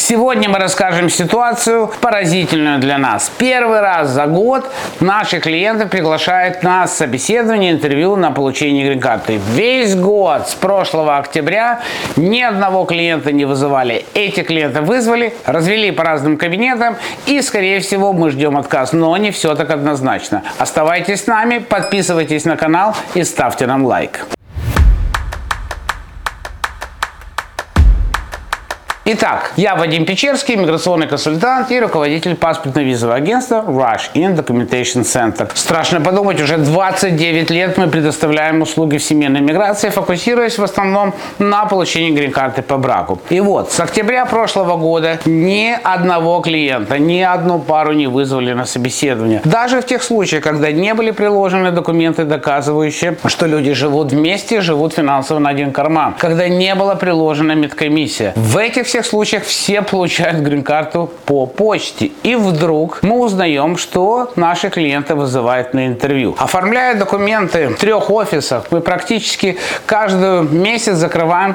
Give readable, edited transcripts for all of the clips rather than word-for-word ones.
Сегодня мы расскажем ситуацию, поразительную для нас. Первый раз за год наши клиенты приглашают нас на собеседование, интервью на получение грин-карты. Весь год, с прошлого октября, ни одного клиента не вызывали. Эти клиенты вызвали, развели по разным кабинетам и, скорее всего, мы ждем отказ. Но не все так однозначно. Оставайтесь с нами, подписывайтесь на канал и ставьте нам лайк. Итак, я Вадим Печерский, миграционный консультант и руководитель паспортно-визового агентства Rush In Documentation Center. Страшно подумать, уже 29 лет мы предоставляем услуги в семейной миграции, фокусируясь в основном на получении грин-карты по браку. И вот, с октября прошлого года ни одного клиента, ни одну пару не вызвали на собеседование. Даже в тех случаях, когда не были приложены документы, доказывающие, что люди живут вместе, живут финансово на один карман. Когда не была приложена медкомиссия. В этих всех случаях все получают грин-карту по почте. И вдруг мы узнаем, что наши клиенты вызывают на интервью. Оформляя документы в 3 офисах, мы практически каждый месяц закрываем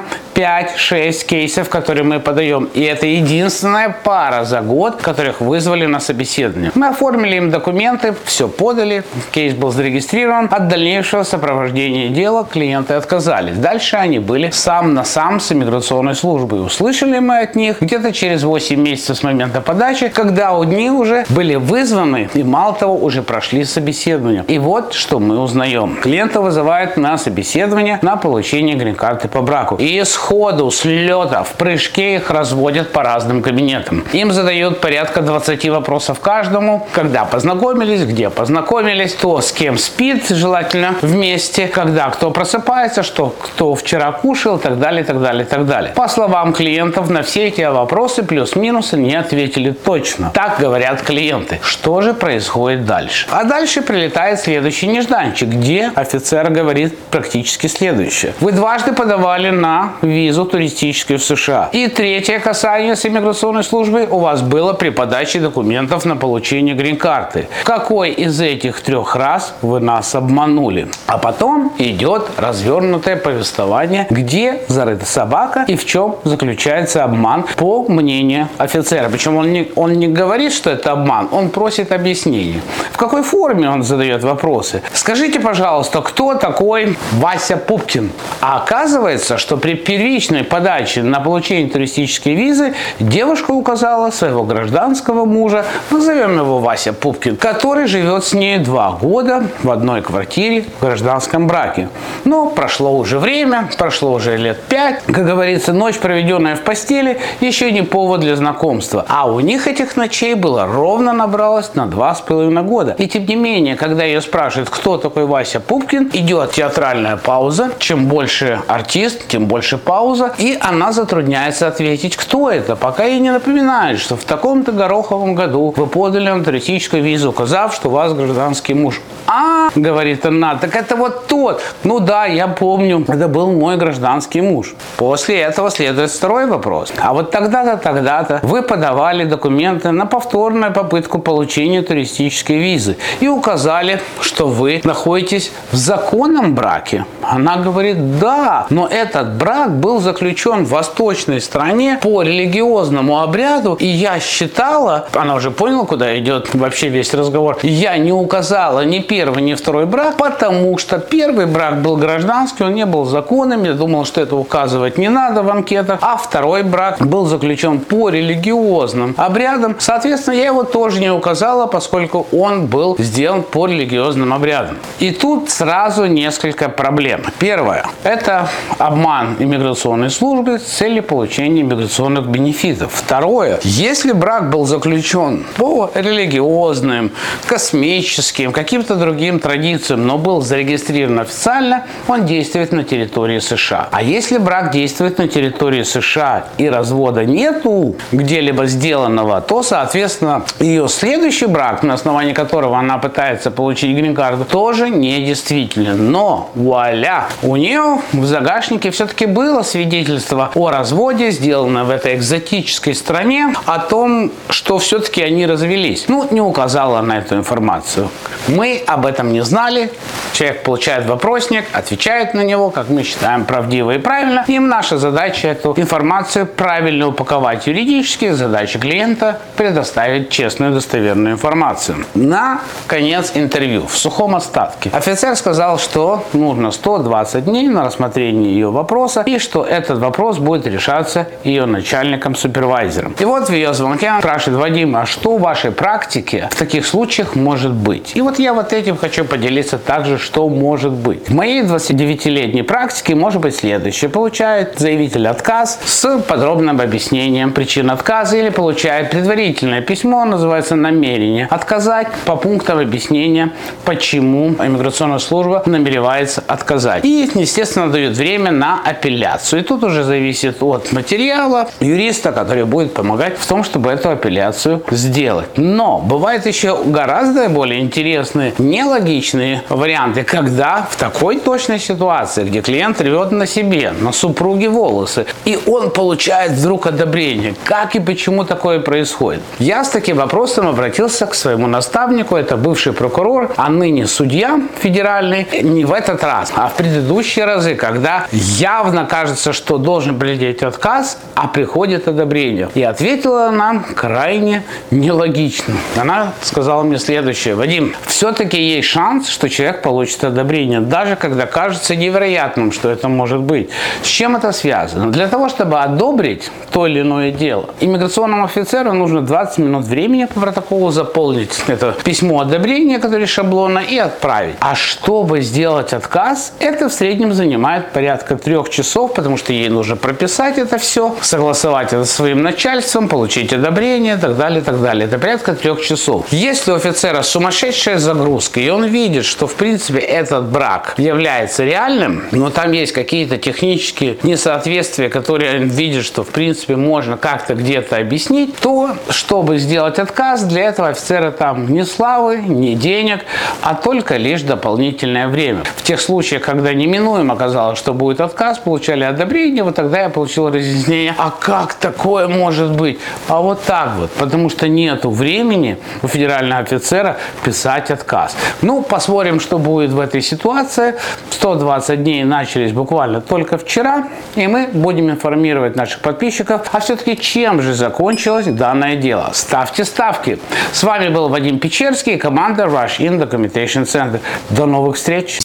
5-6 кейсов, которые мы подаем. И это единственная пара за год, которых вызвали на собеседование. Мы оформили им документы, все подали, кейс был зарегистрирован. От дальнейшего сопровождения дела клиенты отказались. Дальше они были сам на сам с иммиграционной службой. Услышали мы от них где-то через 8 месяцев с момента подачи, когда у них уже были вызваны и, мало того, уже прошли собеседование. И вот что мы узнаем. Клиента вызывают на собеседование на получение грин-карты по браку. И сходу, с лета, в прыжке их разводят по разным кабинетам. Им задают порядка 20 вопросов каждому. Когда познакомились, где познакомились, кто с кем спит, желательно вместе, когда кто просыпается, что кто вчера кушал и так далее, и так далее, и так далее. По словам клиентов, на все эти вопросы плюс-минус не ответили точно. Так говорят клиенты. Что же происходит дальше? А дальше прилетает следующий нежданчик, где офицер говорит практически следующее. Вы дважды подавали на визу туристическую в США. И третье касание с иммиграционной службой у вас было при подаче документов на получение грин-карты. Какой из этих 3 раз вы нас обманули? А потом идет развернутое повествование, где зарыта собака и в чем заключается обман по мнению офицера. Причем он не говорит, что это обман, он просит объяснений. В какой форме он задает вопросы? Скажите, пожалуйста, кто такой Вася Пупкин? А оказывается, что при первичной подаче на получение туристической визы девушка указала своего гражданского мужа, назовем его Вася Пупкин, который живет с ней 2 года в одной квартире в гражданском браке. Но прошло уже время, прошло уже лет 5. Как говорится, ночь, проведенная в постели, еще не повод для знакомства. А у них этих ночей было ровно набралось на 2,5 года. И тем не менее, когда ее спрашивают, кто такой Вася Пупкин, идет театральная пауза. Чем больше артист, тем больше пауза. И она затрудняется ответить, кто это, пока ей не напоминают, что в таком-то гороховом году вы подали на туристическую визу, указав, что у вас гражданский муж. Говорит она, так это вот тот. Ну да, я помню, это был мой гражданский муж. После этого следует второй вопрос. А вот тогда-то, тогда-то вы подавали документы на повторную попытку получения туристической визы и указали, что вы находитесь в законном браке. Она говорит, да, но этот брак был заключен в восточной стране по религиозному обряду, и я считала, она уже поняла, куда идет вообще весь разговор, я не указала ни первый, ни второй брак, потому что первый брак был гражданский, он не был законным, я думала, что это указывать не надо в анкетах, а второй брак был заключен по религиозным обрядам, соответственно, я его тоже не указала, поскольку он был сделан по религиозным обрядам. И тут сразу несколько проблем. Первое – это обман иммиграционной службы с целью получения иммиграционных бенефитов. Второе – если брак был заключен по религиозным, космическим, каким-то другим традициям, но был зарегистрирован официально, он действует на территории США. А если брак действует на территории США и развода нету где-либо сделанного, то, соответственно, ее следующий брак, на основании которого она пытается получить грин-карту, тоже недействителен. Но, вуаля, у нее в загашнике все-таки было свидетельство о разводе, сделанное в этой экзотической стране, о том, что все-таки они развелись. Ну, не указала на эту информацию. Мы об этом не знали. Человек получает вопросник, отвечает на него, как мы считаем, правдиво и правильно. Им наша задача эту информацию правильно упаковать юридически, задача клиента предоставить честную достоверную информацию. На конец интервью, в сухом остатке, офицер сказал, что нужно 120 дней на рассмотрение ее вопроса и что этот вопрос будет решаться ее начальником-супервайзером. И вот в ее звонке спрашивает: Вадим, а что в вашей практике в таких случаях может быть? И вот я вот этим хочу поделиться также, что может быть. В моей 29-летней практике может быть следующее. Получает заявитель отказ с подробным объяснением причин отказа или получает предварительное письмо, называется намерение отказать, по пунктам объяснения, почему иммиграционная служба намеревается отказать. И, естественно, дает время на апелляцию. И тут уже зависит от материала юриста, который будет помогать в том, чтобы эту апелляцию сделать. Но бывает еще гораздо более интересные, нелогичные варианты, когда в такой точной ситуации, где клиент рвет на себе, на супруге волосы, и он получает вдруг одобрение. Как и почему такое происходит? Я с таким вопросом обратился к своему наставнику, это бывший прокурор, а ныне судья федеральный, не в этот раз, а в предыдущие разы, когда явно кажется, что должен прилететь отказ, а приходит одобрение. И ответила она крайне нелогично. Она сказала мне следующее: Вадим, все-таки есть шанс, что человек получит одобрение, даже когда кажется невероятным, что это может быть. С чем это связано? Для того, чтобы одобрить то или иное дело, иммиграционному офицеру нужно 20 минут времени по протоколу заполнить это письмо одобрения, которое шаблонно, и отправить. А чтобы сделать отказ, это в среднем занимает порядка 3 часов, потому что ей нужно прописать это все, согласовать это со своим начальством, получить одобрение и так далее, и так далее. Это порядка 3 часов. Если у офицера сумасшедшая загрузка, и он видит, что в принципе этот брак является реальным, но там есть какие-то технические несоответствия, которые он видит, что в принципе можно как-то где-то объяснить, то, чтобы сделать отказ, для этого офицера там ни славы, ни денег, а только лишь дополнительное время. В тех случаях, когда неминуемо оказалось, что будет отказ, получали одобрение, вот тогда я получил разъяснение: а как такое может быть? А вот так вот, потому что нету времени у федерального офицера писать отказ. Ну, посмотрим, что будет в этой ситуации. 120 дней начались буквально только вчера, и мы будем информировать наших подписчиков, а все-таки чем же закончилось данное дело. Ставьте ставки. С вами был Вадим Печерский и команда Rush In Documentation Center. До новых встреч!